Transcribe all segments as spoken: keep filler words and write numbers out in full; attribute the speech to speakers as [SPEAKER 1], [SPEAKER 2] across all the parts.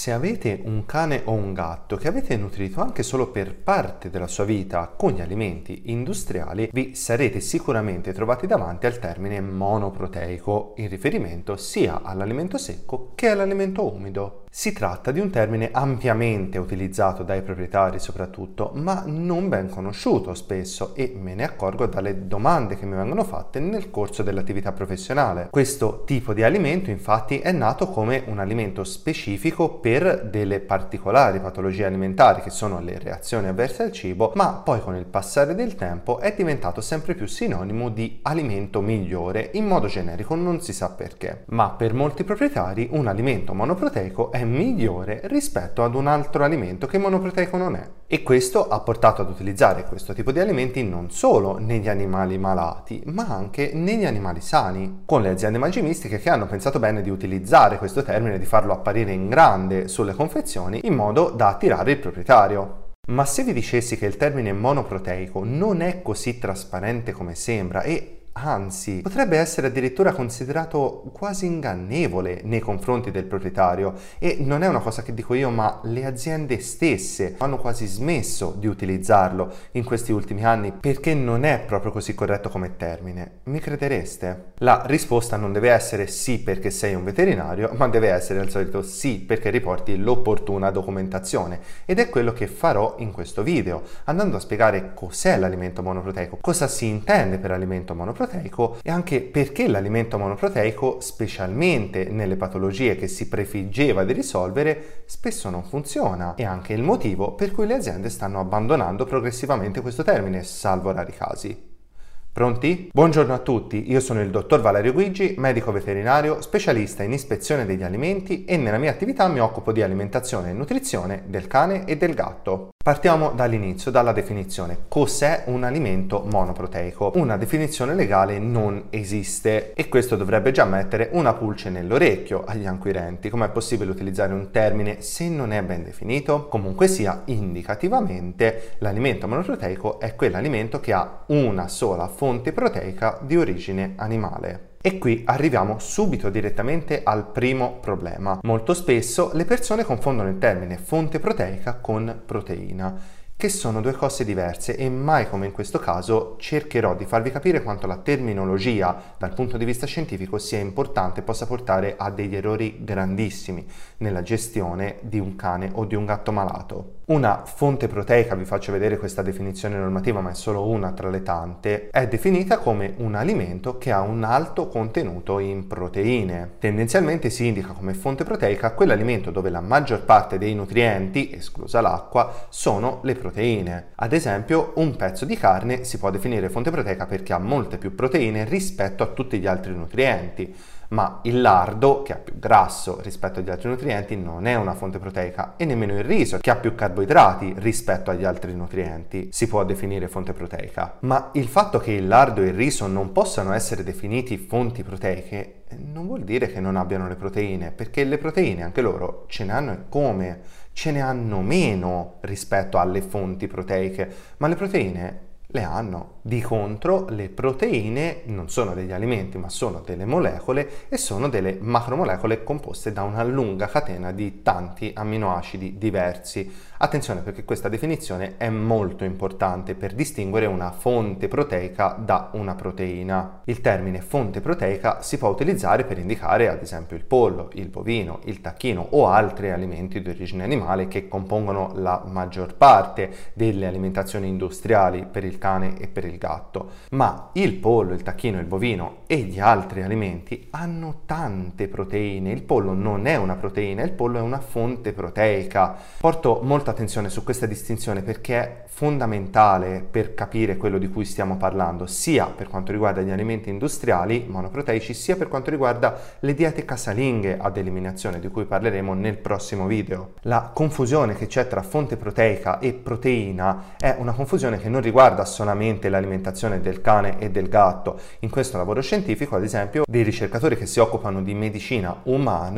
[SPEAKER 1] Se avete un cane o un gatto che avete nutrito anche solo per parte della sua vita con gli alimenti industriali, vi sarete sicuramente trovati davanti al termine monoproteico in riferimento sia all'alimento secco che all'alimento umido. Si tratta di un termine ampiamente utilizzato dai proprietari soprattutto, ma non ben conosciuto spesso, e me ne accorgo dalle domande che mi vengono fatte nel corso dell'attività professionale. Questo tipo di alimento infatti è nato come un alimento specifico per delle particolari patologie alimentari che sono le reazioni avverse al cibo, ma poi con il passare del tempo è diventato sempre più sinonimo di alimento migliore, in modo generico non si sa perché. Ma per molti proprietari un alimento monoproteico è migliore rispetto ad un altro alimento che monoproteico non è, e questo ha portato ad utilizzare questo tipo di alimenti non solo negli animali malati ma anche negli animali sani, con le aziende mangimistiche che hanno pensato bene di utilizzare questo termine, di farlo apparire in grande sulle confezioni in modo da attirare il proprietario. Ma se vi dicessi che il termine monoproteico non è così trasparente come sembra, e anzi, potrebbe essere addirittura considerato quasi ingannevole nei confronti del proprietario, e non è una cosa che dico io, ma le aziende stesse hanno quasi smesso di utilizzarlo in questi ultimi anni perché non è proprio così corretto come termine, mi credereste? La risposta non deve essere sì perché sei un veterinario, ma deve essere al solito sì perché riporti l'opportuna documentazione, ed è quello che farò in questo video, andando a spiegare cos'è l'alimento monoproteico, cosa si intende per alimento monoproteico e anche perché l'alimento monoproteico, specialmente nelle patologie che si prefiggeva di risolvere, spesso non funziona, e anche il motivo per cui le aziende stanno abbandonando progressivamente questo termine, salvo rari casi. Pronti? Buongiorno a tutti, io sono il dottor Valerio Guigi, medico veterinario, specialista in ispezione degli alimenti, e nella mia attività mi occupo di alimentazione e nutrizione del cane e del gatto. Partiamo dall'inizio, dalla definizione. Cos'è un alimento monoproteico? Una definizione legale non esiste, e questo dovrebbe già mettere una pulce nell'orecchio agli inquirenti. Com'è possibile utilizzare un termine se non è ben definito? Comunque sia, indicativamente, l'alimento monoproteico è quell'alimento che ha una sola fonte proteica di origine animale. E qui arriviamo subito direttamente al primo problema. Molto spesso le persone confondono il termine fonte proteica con proteina, che sono due cose diverse, e mai come in questo caso cercherò di farvi capire quanto la terminologia dal punto di vista scientifico sia importante e possa portare a degli errori grandissimi nella gestione di un cane o di un gatto malato. Una fonte proteica, vi faccio vedere questa definizione normativa ma è solo una tra le tante, è definita come un alimento che ha un alto contenuto in proteine. Tendenzialmente si indica come fonte proteica quell'alimento dove la maggior parte dei nutrienti, esclusa l'acqua, sono le proteine. Ad esempio, un pezzo di carne si può definire fonte proteica perché ha molte più proteine rispetto a tutti gli altri nutrienti. Ma il lardo, che ha più grasso rispetto agli altri nutrienti, non è una fonte proteica, e nemmeno il riso, che ha più carboidrati rispetto agli altri nutrienti, si può definire fonte proteica. Ma il fatto che il lardo e il riso non possano essere definiti fonti proteiche non vuol dire che non abbiano le proteine, perché le proteine anche loro ce ne hanno, e come? Ce ne hanno meno rispetto alle fonti proteiche, ma le proteine le hanno. Di contro, le proteine non sono degli alimenti ma sono delle molecole, e sono delle macromolecole composte da una lunga catena di tanti amminoacidi diversi. Attenzione, perché questa definizione è molto importante per distinguere una fonte proteica da una proteina. Il termine fonte proteica si può utilizzare per indicare ad esempio il pollo, il bovino, il tacchino o altri alimenti di origine animale che compongono la maggior parte delle alimentazioni industriali per il cane e per il gatto. Ma il pollo, il tacchino, il bovino e gli altri alimenti hanno tante proteine. Il pollo non è una proteina, il pollo è una fonte proteica. Porto molta attenzione su questa distinzione perché è fondamentale per capire quello di cui stiamo parlando, sia per quanto riguarda gli alimenti industriali monoproteici, sia per quanto riguarda le diete casalinghe ad eliminazione, di cui parleremo nel prossimo video. La confusione che c'è tra fonte proteica e proteina è una confusione che non riguarda solamente l'alimentazione del cane e del gatto. In questo lavoro scientifico, ad esempio, dei ricercatori che si occupano di medicina umana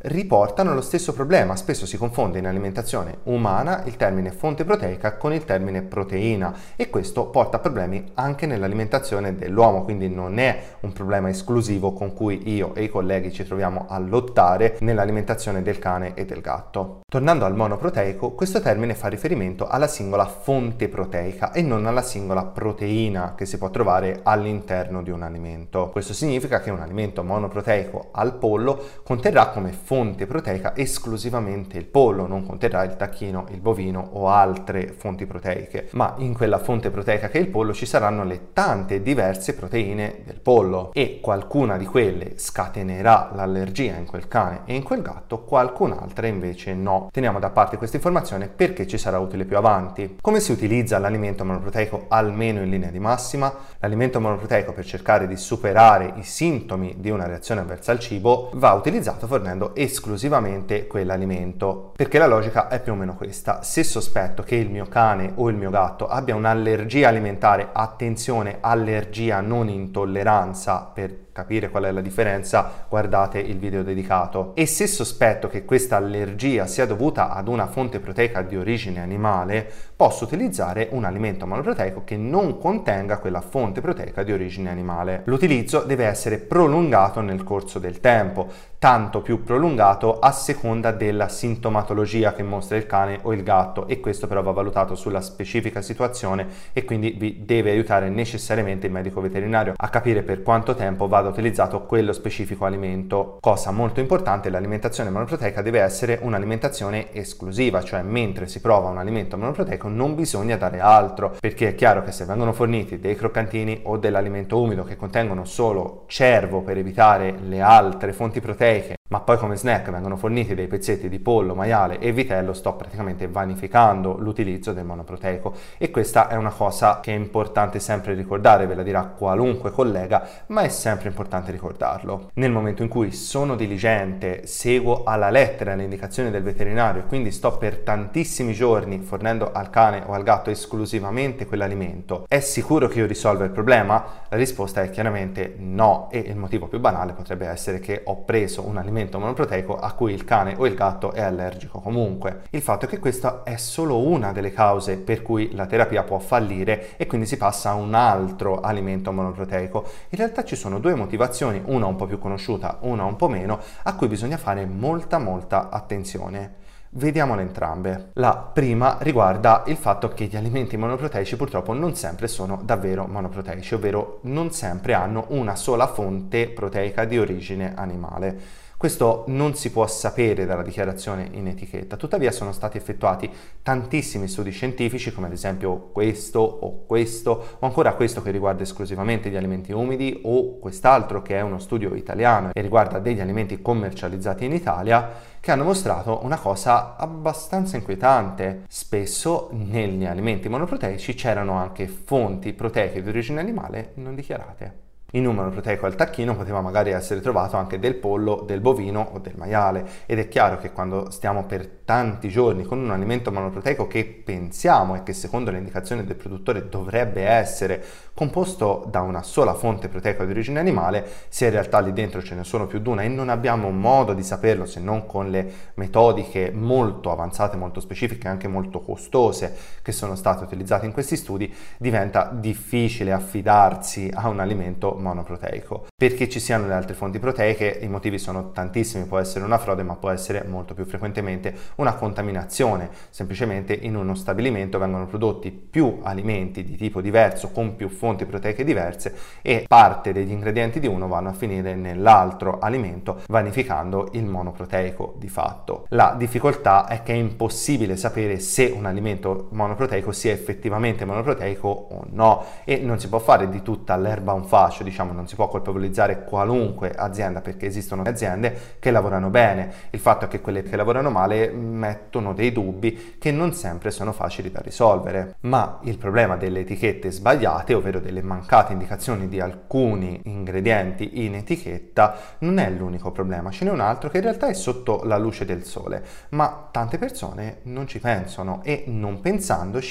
[SPEAKER 1] riportano lo stesso problema. Spesso si confonde in alimentazione umana il termine fonte proteica con il termine proteina e questo porta a problemi anche nell'alimentazione dell'uomo, quindi non è un problema esclusivo con cui io e i colleghi ci troviamo a lottare nell'alimentazione del cane e del gatto. Tornando al monoproteico, questo termine fa riferimento alla singola fonte proteica e non alla singola proteina che si può trovare all'interno di un alimento. Questo significa che un alimento monoproteico al pollo conterrà come fonte proteica esclusivamente il pollo, non conterrà il tacchino, il bovino o altre fonti proteiche, ma in quella fonte proteica che è il pollo ci saranno le tante diverse proteine del pollo e qualcuna di quelle scatenerà l'allergia in quel cane e in quel gatto, qualcun'altra invece no. Teniamo da parte questa informazione perché ci sarà utile più avanti. Come si utilizza l'alimento monoproteico almeno in linea di massima? L'alimento monoproteico, per cercare di superare i sintomi di una reazione avversa al cibo, va utilizzato fornendo esclusivamente quell'alimento, perché la logica è più o meno questa: se sospetto che il mio cane o il mio gatto abbia un'allergia alimentare, attenzione, allergia non intolleranza, per capire qual è la differenza guardate il video dedicato, e se sospetto che questa allergia sia dovuta ad una fonte proteica di origine animale, posso utilizzare un alimento monoproteico che non contenga quella fonte proteica di origine animale. L'utilizzo deve essere prolungato nel corso del tempo, tanto più prolungato a seconda della sintomatologia che mostra il cane o il gatto, e questo però va valutato sulla specifica situazione e quindi vi deve aiutare necessariamente il medico veterinario a capire per quanto tempo vada utilizzato quello specifico alimento. Cosa molto importante: l'alimentazione monoproteica deve essere un'alimentazione esclusiva, cioè mentre si prova un alimento monoproteico non bisogna dare altro, perché è chiaro che se vengono forniti dei croccantini o dell'alimento umido che contengono solo cervo per evitare le altre fonti proteiche, ma poi come snack vengono forniti dei pezzetti di pollo, maiale e vitello, sto praticamente vanificando l'utilizzo del monoproteico, e questa è una cosa che è importante sempre ricordare, ve la dirà qualunque collega, ma è sempre importante ricordarlo. Nel momento in cui sono diligente, seguo alla lettera le indicazioni del veterinario e quindi sto per tantissimi giorni fornendo al cane o al gatto esclusivamente quell'alimento, è sicuro che io risolva il problema? La risposta è chiaramente no, e il motivo più banale potrebbe essere che ho preso un alimento monoproteico a cui il cane o il gatto è allergico comunque. Il fatto è che questa è solo una delle cause per cui la terapia può fallire e quindi si passa a un altro alimento monoproteico. In realtà ci sono due motivazioni, una un po' più conosciuta, una un po' meno, a cui bisogna fare molta molta attenzione. Vediamole entrambe. La prima riguarda il fatto che gli alimenti monoproteici purtroppo non sempre sono davvero monoproteici, ovvero non sempre hanno una sola fonte proteica di origine animale. Questo non si può sapere dalla dichiarazione in etichetta, tuttavia sono stati effettuati tantissimi studi scientifici, come ad esempio questo o questo, o ancora questo che riguarda esclusivamente gli alimenti umidi, o quest'altro che è uno studio italiano e riguarda degli alimenti commercializzati in Italia, che hanno mostrato una cosa abbastanza inquietante. Spesso negli alimenti monoproteici c'erano anche fonti proteiche di origine animale non dichiarate. In un monoproteico al tacchino poteva magari essere trovato anche del pollo, del bovino o del maiale, ed è chiaro che quando stiamo per tanti giorni con un alimento monoproteico che pensiamo e che secondo le indicazioni del produttore dovrebbe essere composto da una sola fonte proteica di origine animale, se in realtà lì dentro ce ne sono più di una e non abbiamo modo di saperlo se non con le metodiche molto avanzate, molto specifiche e anche molto costose che sono state utilizzate in questi studi, diventa difficile affidarsi a un alimento monoproteico. Perché ci siano le altre fonti proteiche, i motivi sono tantissimi, può essere una frode, ma può essere molto più frequentemente una contaminazione. Semplicemente in uno stabilimento vengono prodotti più alimenti di tipo diverso con più fonti proteiche diverse e parte degli ingredienti di uno vanno a finire nell'altro alimento, vanificando il monoproteico di fatto. La difficoltà è che è impossibile sapere se un alimento monoproteico sia effettivamente monoproteico o no, e non si può fare di tutta l'erba un fascio, diciamo, non si può colpevolizzare qualunque azienda, perché esistono aziende che lavorano bene. Il fatto è che quelle che lavorano male mettono dei dubbi che non sempre sono facili da risolvere. Ma il problema delle etichette sbagliate, ovvero delle mancate indicazioni di alcuni ingredienti in etichetta, non è l'unico problema. Ce n'è un altro che in realtà è sotto la luce del sole, ma tante persone non ci pensano e non pensandoci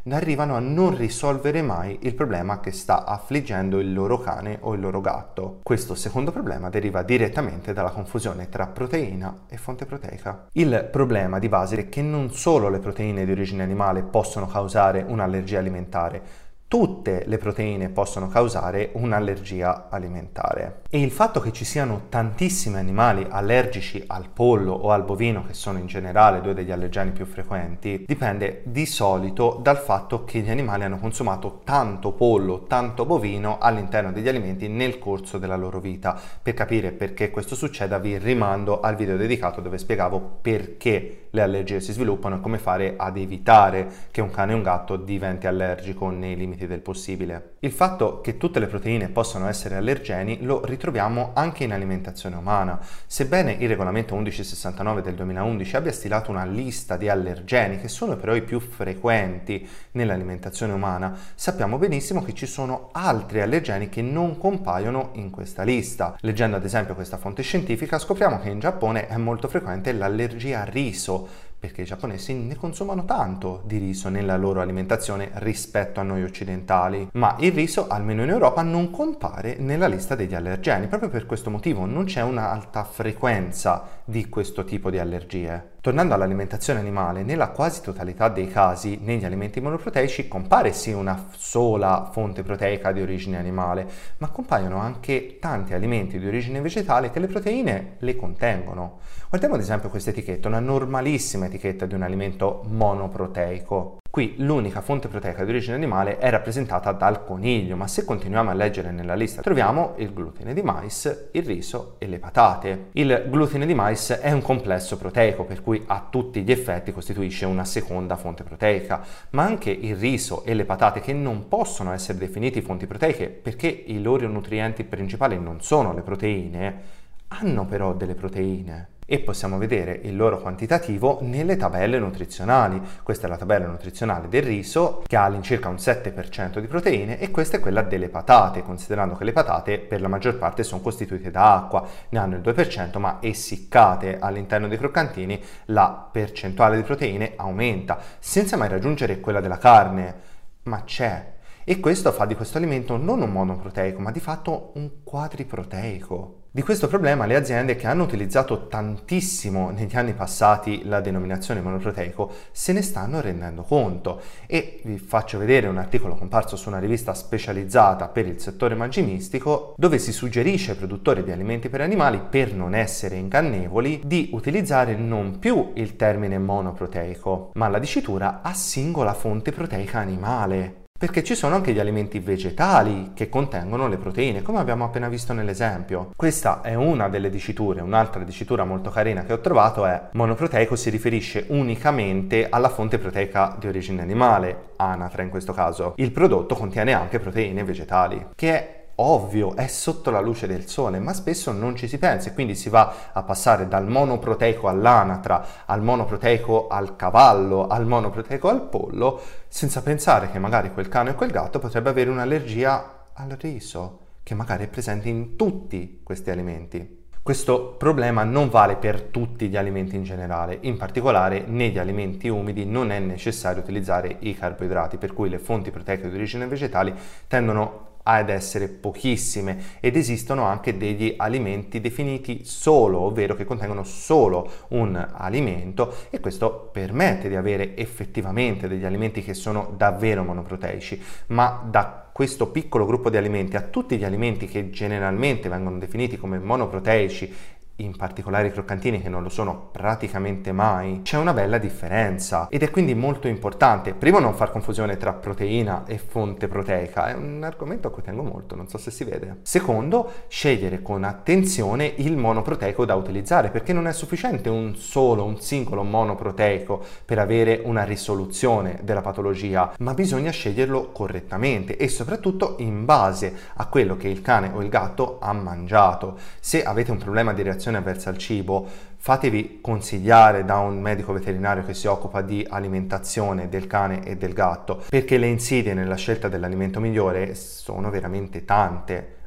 [SPEAKER 1] arrivano a non risolvere mai il problema che sta affliggendo il loro cane o il loro gatto. Questo secondo problema deriva direttamente dalla confusione tra proteina e fonte proteica. Il problema di base è che non solo le proteine di origine animale possono causare un'allergia alimentare, tutte le proteine possono causare un'allergia alimentare. E il fatto che ci siano tantissimi animali allergici al pollo o al bovino, che sono in generale due degli allergeni più frequenti, dipende di solito dal fatto che gli animali hanno consumato tanto pollo, tanto bovino all'interno degli alimenti nel corso della loro vita. Per capire perché questo succeda vi rimando al video dedicato dove spiegavo perché le allergie si sviluppano e come fare ad evitare che un cane o un gatto diventi allergico nei limiti del possibile. Il fatto che tutte le proteine possano essere allergeni lo ritroviamo anche in alimentazione umana. Sebbene il regolamento millecentossessantanove del duemilaundici abbia stilato una lista di allergeni che sono però i più frequenti nell'alimentazione umana, sappiamo benissimo che ci sono altri allergeni che non compaiono in questa lista. Leggendo ad esempio questa fonte scientifica scopriamo che in Giappone è molto frequente l'allergia al riso, perché i giapponesi ne consumano tanto di riso nella loro alimentazione rispetto a noi occidentali. Ma il riso, almeno in Europa, non compare nella lista degli allergeni. Proprio per questo motivo non c'è un'alta frequenza di questo tipo di allergie. Tornando all'alimentazione animale, nella quasi totalità dei casi negli alimenti monoproteici compare sì una sola fonte proteica di origine animale, ma compaiono anche tanti alimenti di origine vegetale che le proteine le contengono. Guardiamo ad esempio questa etichetta, una normalissima etichetta di un alimento monoproteico. Qui l'unica fonte proteica di origine animale è rappresentata dal coniglio, ma se continuiamo a leggere nella lista troviamo il glutine di mais, il riso e le patate. Il glutine di mais è un complesso proteico, per cui a tutti gli effetti costituisce una seconda fonte proteica, ma anche il riso e le patate, che non possono essere definiti fonti proteiche perché i loro nutrienti principali non sono le proteine, hanno però delle proteine. E possiamo vedere il loro quantitativo nelle tabelle nutrizionali. Questa è la tabella nutrizionale del riso, che ha all'incirca un sette per cento di proteine, e questa è quella delle patate, considerando che le patate per la maggior parte sono costituite da acqua, ne hanno il due per cento, ma essiccate all'interno dei croccantini la percentuale di proteine aumenta, senza mai raggiungere quella della carne, ma c'è. E questo fa di questo alimento non un monoproteico, ma di fatto un quadriproteico. Di questo problema le aziende che hanno utilizzato tantissimo negli anni passati la denominazione monoproteico se ne stanno rendendo conto, e vi faccio vedere un articolo comparso su una rivista specializzata per il settore mangimistico dove si suggerisce ai produttori di alimenti per animali, per non essere ingannevoli, di utilizzare non più il termine monoproteico ma la dicitura a singola fonte proteica animale. Perché ci sono anche gli alimenti vegetali che contengono le proteine, come abbiamo appena visto nell'esempio. Questa è una delle diciture. Un'altra dicitura molto carina che ho trovato è: monoproteico si riferisce unicamente alla fonte proteica di origine animale, anatra in questo caso. Il prodotto contiene anche proteine vegetali, che è ovvio, è sotto la luce del sole, ma spesso non ci si pensa e quindi si va a passare dal monoproteico all'anatra, al monoproteico al cavallo, al monoproteico al pollo, senza pensare che magari quel cane o quel gatto potrebbe avere un'allergia al riso, che magari è presente in tutti questi alimenti. Questo problema non vale per tutti gli alimenti in generale, in particolare negli alimenti umidi non è necessario utilizzare i carboidrati, per cui le fonti proteiche di origine vegetali tendono ad essere pochissime, ed esistono anche degli alimenti definiti solo, ovvero che contengono solo un alimento, e questo permette di avere effettivamente degli alimenti che sono davvero monoproteici. Ma da questo piccolo gruppo di alimenti a tutti gli alimenti che generalmente vengono definiti come monoproteici, in particolare i croccantini che non lo sono praticamente mai, c'è una bella differenza, ed è quindi molto importante, primo, non far confusione tra proteina e fonte proteica, è un argomento a cui tengo molto, non so se si vede. Secondo, scegliere con attenzione il monoproteico da utilizzare, perché non è sufficiente un solo, un singolo monoproteico per avere una risoluzione della patologia, ma bisogna sceglierlo correttamente e soprattutto in base a quello che il cane o il gatto ha mangiato. Se avete un problema di reazione avversa al cibo, fatevi consigliare da un medico veterinario che si occupa di alimentazione del cane e del gatto, perché le insidie nella scelta dell'alimento migliore sono veramente tante.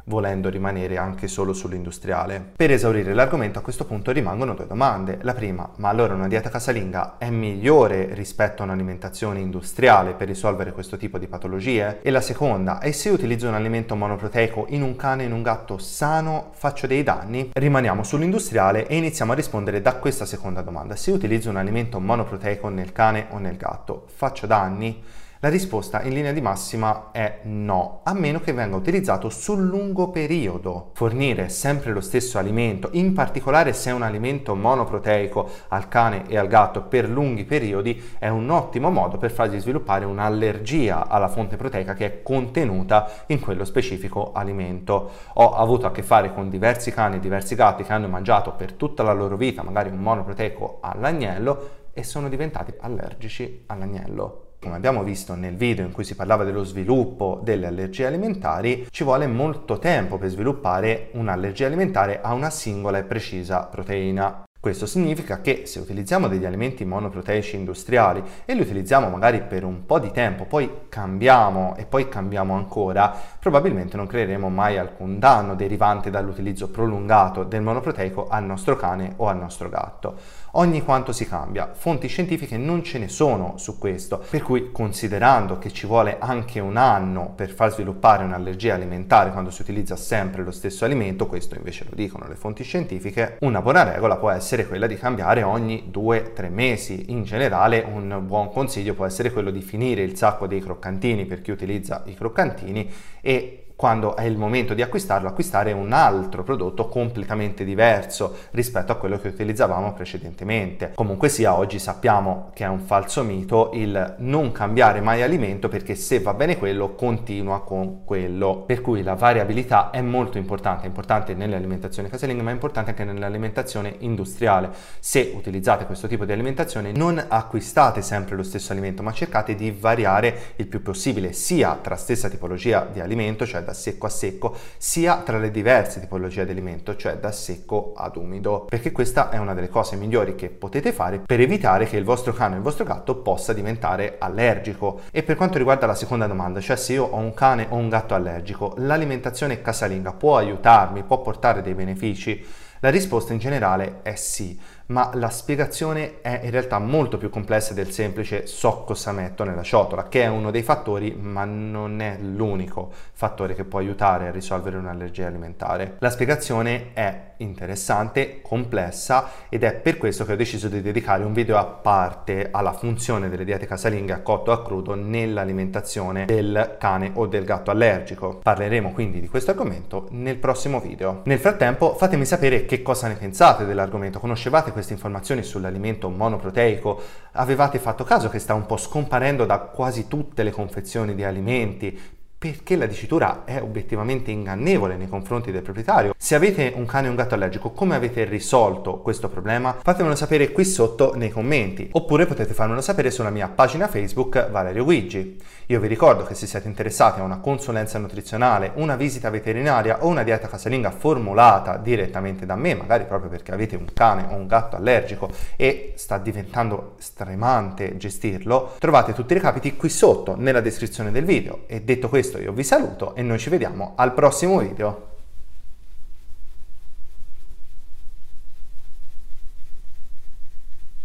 [SPEAKER 1] volendo rimanere anche solo sull'industriale. Per esaurire l'argomento a questo punto rimangono due domande. La prima, ma allora una dieta casalinga è migliore rispetto a un'alimentazione industriale per risolvere questo tipo di patologie? E la seconda, e se utilizzo un alimento monoproteico in un cane e in un gatto sano faccio dei danni? Rimaniamo sull'industriale e iniziamo a rispondere da questa seconda domanda. Se utilizzo un alimento monoproteico nel cane o nel gatto faccio danni? La risposta in linea di massima è no, a meno che venga utilizzato sul lungo periodo. Fornire sempre lo stesso alimento, in particolare se è un alimento monoproteico al cane e al gatto per lunghi periodi, è un ottimo modo per fargli sviluppare un'allergia alla fonte proteica che è contenuta in quello specifico alimento. Ho avuto a che fare con diversi cani e diversi gatti che hanno mangiato per tutta la loro vita magari un monoproteico all'agnello e sono diventati allergici all'agnello. Come abbiamo visto nel video in cui si parlava dello sviluppo delle allergie alimentari, ci vuole molto tempo per sviluppare un'allergia alimentare a una singola e precisa proteina. Questo significa che se utilizziamo degli alimenti monoproteici industriali e li utilizziamo magari per un po' di tempo, poi cambiamo e poi cambiamo ancora, probabilmente non creeremo mai alcun danno derivante dall'utilizzo prolungato del monoproteico al nostro cane o al nostro gatto. Ogni quanto si cambia, fonti scientifiche non ce ne sono su questo, per cui considerando che ci vuole anche un anno per far sviluppare un'allergia alimentare quando si utilizza sempre lo stesso alimento, questo invece lo dicono le fonti scientifiche, una buona regola può essere quella di cambiare ogni due tre mesi. In generale un buon consiglio può essere quello di finire il sacco dei croccantini per chi utilizza i croccantini e quando è il momento di acquistarlo, acquistare un altro prodotto completamente diverso rispetto a quello che utilizzavamo precedentemente. Comunque sia, oggi sappiamo che è un falso mito il non cambiare mai alimento, perché se va bene quello, continua con quello. Per cui la variabilità è molto importante, è importante nell'alimentazione casalinga, ma è importante anche nell'alimentazione industriale. Se utilizzate questo tipo di alimentazione, non acquistate sempre lo stesso alimento, ma cercate di variare il più possibile, sia tra stessa tipologia di alimento, cioè da secco a secco, sia tra le diverse tipologie di alimento, cioè da secco ad umido, perché questa è una delle cose migliori che potete fare per evitare che il vostro cane o il vostro gatto possa diventare allergico. E per quanto riguarda la seconda domanda, cioè se io ho un cane o un gatto allergico, l'alimentazione casalinga può aiutarmi, può portare dei benefici? La risposta in generale è sì, ma la spiegazione è in realtà molto più complessa del semplice so cosa metto nella ciotola, che è uno dei fattori, ma non è l'unico fattore che può aiutare a risolvere un'allergia alimentare. La spiegazione è interessante, complessa, ed è per questo che ho deciso di dedicare un video a parte alla funzione delle diete casalinghe a cotto e a crudo nell'alimentazione del cane o del gatto allergico. Parleremo quindi di questo argomento nel prossimo video. Nel frattempo fatemi sapere che cosa ne pensate dell'argomento. Conoscevate queste informazioni sull'alimento monoproteico? Avevate fatto caso che sta un po' scomparendo da quasi tutte le confezioni di alimenti? Perché la dicitura è obiettivamente ingannevole nei confronti del proprietario. Se avete un cane o un gatto allergico, come avete risolto questo problema? Fatemelo sapere qui sotto nei commenti, oppure potete farmelo sapere sulla mia pagina Facebook Valerio Guigi. Io vi ricordo che se siete interessati a una consulenza nutrizionale, una visita veterinaria o una dieta casalinga formulata direttamente da me, magari proprio perché avete un cane o un gatto allergico e sta diventando stremante gestirlo, trovate tutti i recapiti qui sotto nella descrizione del video. E detto questo, io vi saluto e noi ci vediamo al prossimo video.